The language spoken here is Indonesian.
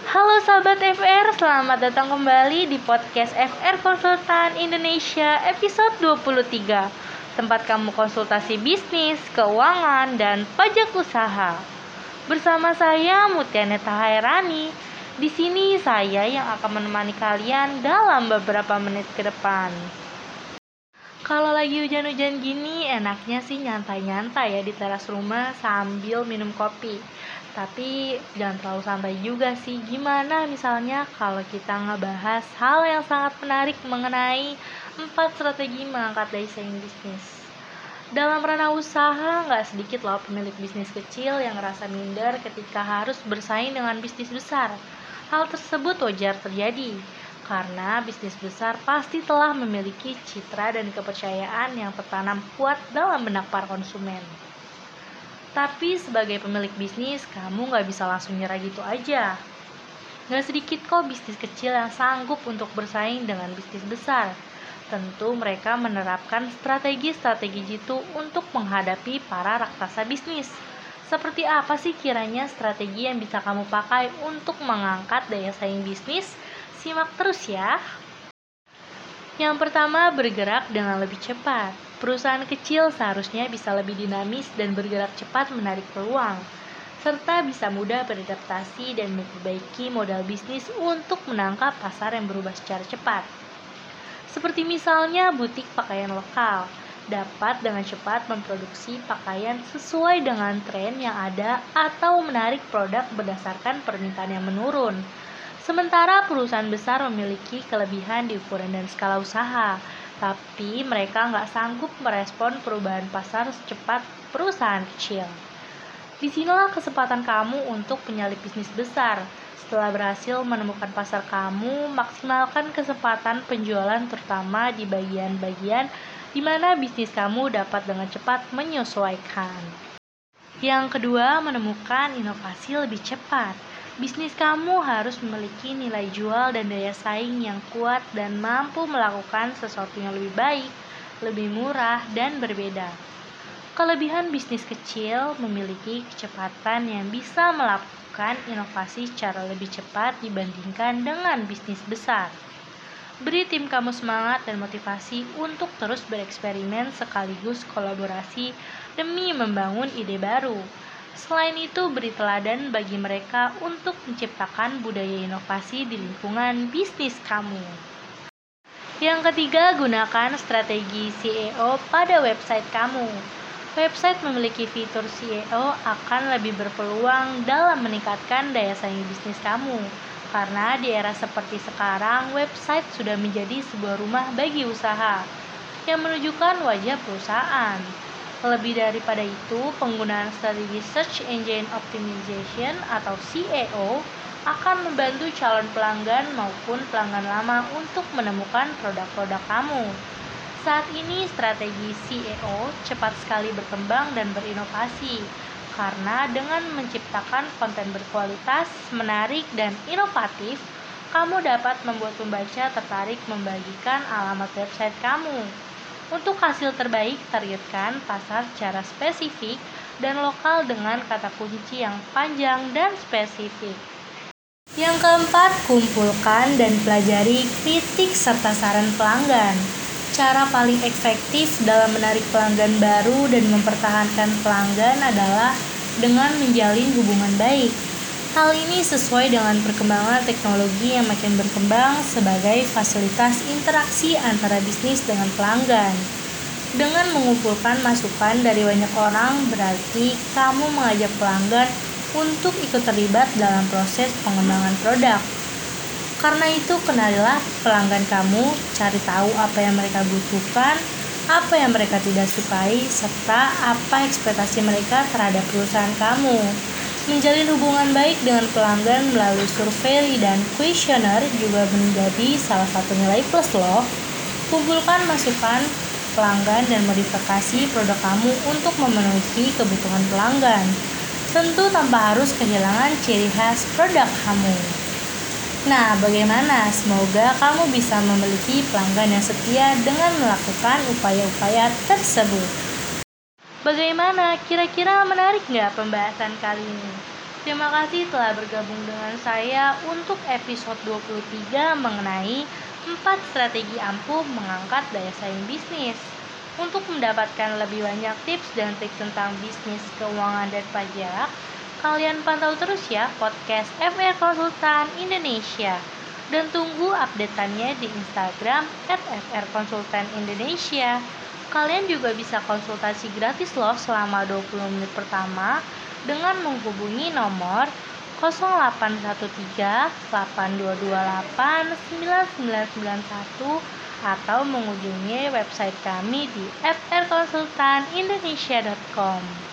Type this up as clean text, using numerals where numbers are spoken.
Halo sahabat FR, selamat datang kembali di podcast FR Konsultan Indonesia episode 23. Tempat kamu konsultasi bisnis, keuangan, dan pajak usaha. Bersama saya Mutianeta Hairani. Di sini saya yang akan menemani kalian dalam beberapa menit ke depan. Kalau lagi hujan-hujan gini, enaknya sih nyantai-nyantai ya di teras rumah sambil minum kopi. Tapi jangan terlalu santai juga sih. Gimana misalnya kalau kita ngebahas hal yang sangat menarik mengenai 4 strategi mengangkat daya saing bisnis. Dalam ranah usaha, nggak sedikit loh pemilik bisnis kecil yang ngerasa minder ketika harus bersaing dengan bisnis besar. Hal tersebut wajar terjadi, karena bisnis besar pasti telah memiliki citra dan kepercayaan yang tertanam kuat dalam benak para konsumen. Tapi sebagai pemilik bisnis, kamu nggak bisa langsung nyerah gitu aja. Nggak sedikit kok bisnis kecil yang sanggup untuk bersaing dengan bisnis besar. Tentu mereka menerapkan strategi-strategi jitu untuk menghadapi para raksasa bisnis. Seperti apa sih kiranya strategi yang bisa kamu pakai untuk mengangkat daya saing bisnis? Simak terus ya. Yang pertama, bergerak dengan lebih cepat. Perusahaan kecil seharusnya bisa lebih dinamis dan bergerak cepat menarik peluang, serta bisa mudah beradaptasi dan memperbaiki modal bisnis untuk menangkap pasar yang berubah secara cepat. Seperti misalnya butik pakaian lokal, dapat dengan cepat memproduksi pakaian sesuai dengan tren yang ada atau menarik produk berdasarkan permintaan yang menurun. Sementara perusahaan besar memiliki kelebihan di ukuran dan skala usaha, tapi mereka nggak sanggup merespon perubahan pasar secepat perusahaan kecil. Disinilah kesempatan kamu untuk penyalip bisnis besar. Setelah berhasil menemukan pasar kamu, maksimalkan kesempatan penjualan terutama di bagian-bagian di mana bisnis kamu dapat dengan cepat menyesuaikan. Yang kedua, menemukan inovasi lebih cepat. Bisnis kamu harus memiliki nilai jual dan daya saing yang kuat dan mampu melakukan sesuatu yang lebih baik, lebih murah, dan berbeda. Kelebihan bisnis kecil memiliki kecepatan yang bisa melakukan inovasi secara lebih cepat dibandingkan dengan bisnis besar. Beri tim kamu semangat dan motivasi untuk terus bereksperimen sekaligus kolaborasi demi membangun ide baru. Selain itu, beri teladan bagi mereka untuk menciptakan budaya inovasi di lingkungan bisnis kamu. Yang ketiga, gunakan strategi SEO pada website kamu. Website memiliki fitur SEO akan lebih berpeluang dalam meningkatkan daya saing bisnis kamu. Karena di era seperti sekarang, website sudah menjadi sebuah rumah bagi usaha yang menunjukkan wajah perusahaan. Lebih daripada itu, penggunaan strategi Search Engine Optimization atau SEO akan membantu calon pelanggan maupun pelanggan lama untuk menemukan produk-produk kamu. Saat ini strategi SEO cepat sekali berkembang dan berinovasi, karena dengan menciptakan konten berkualitas, menarik, dan inovatif, kamu dapat membuat pembaca tertarik membagikan alamat website kamu. Untuk hasil terbaik, targetkan pasar secara spesifik dan lokal dengan kata kunci yang panjang dan spesifik. Yang keempat, kumpulkan dan pelajari kritik serta saran pelanggan. Cara paling efektif dalam menarik pelanggan baru dan mempertahankan pelanggan adalah dengan menjalin hubungan baik. Hal ini sesuai dengan perkembangan teknologi yang makin berkembang sebagai fasilitas interaksi antara bisnis dengan pelanggan. Dengan mengumpulkan masukan dari banyak orang, berarti kamu mengajak pelanggan untuk ikut terlibat dalam proses pengembangan produk. Karena itu, kenalilah pelanggan kamu, cari tahu apa yang mereka butuhkan, apa yang mereka tidak sukai, serta apa ekspektasi mereka terhadap perusahaan kamu. Menjalin hubungan baik dengan pelanggan melalui survei dan kuesioner juga menjadi salah satu nilai plus loh. Kumpulkan masukan pelanggan dan modifikasi produk kamu untuk memenuhi kebutuhan pelanggan. Tentu tanpa harus kehilangan ciri khas produk kamu. Nah, bagaimana? Semoga kamu bisa memiliki pelanggan yang setia dengan melakukan upaya-upaya tersebut. Bagaimana? Kira-kira menarik nggak pembahasan kali ini? Terima kasih telah bergabung dengan saya untuk episode 23 mengenai 4 strategi ampuh mengangkat daya saing bisnis. Untuk mendapatkan lebih banyak tips dan trik tentang bisnis, keuangan, dan pajak, kalian pantau terus ya podcast FR Konsultan Indonesia. Dan tunggu update-annya di Instagram @frkonsultanindonesia. Kalian juga bisa konsultasi gratis loh selama 20 menit pertama dengan menghubungi nomor 0813 8228 9991 atau mengunjungi website kami di frkonsultanindonesia.com.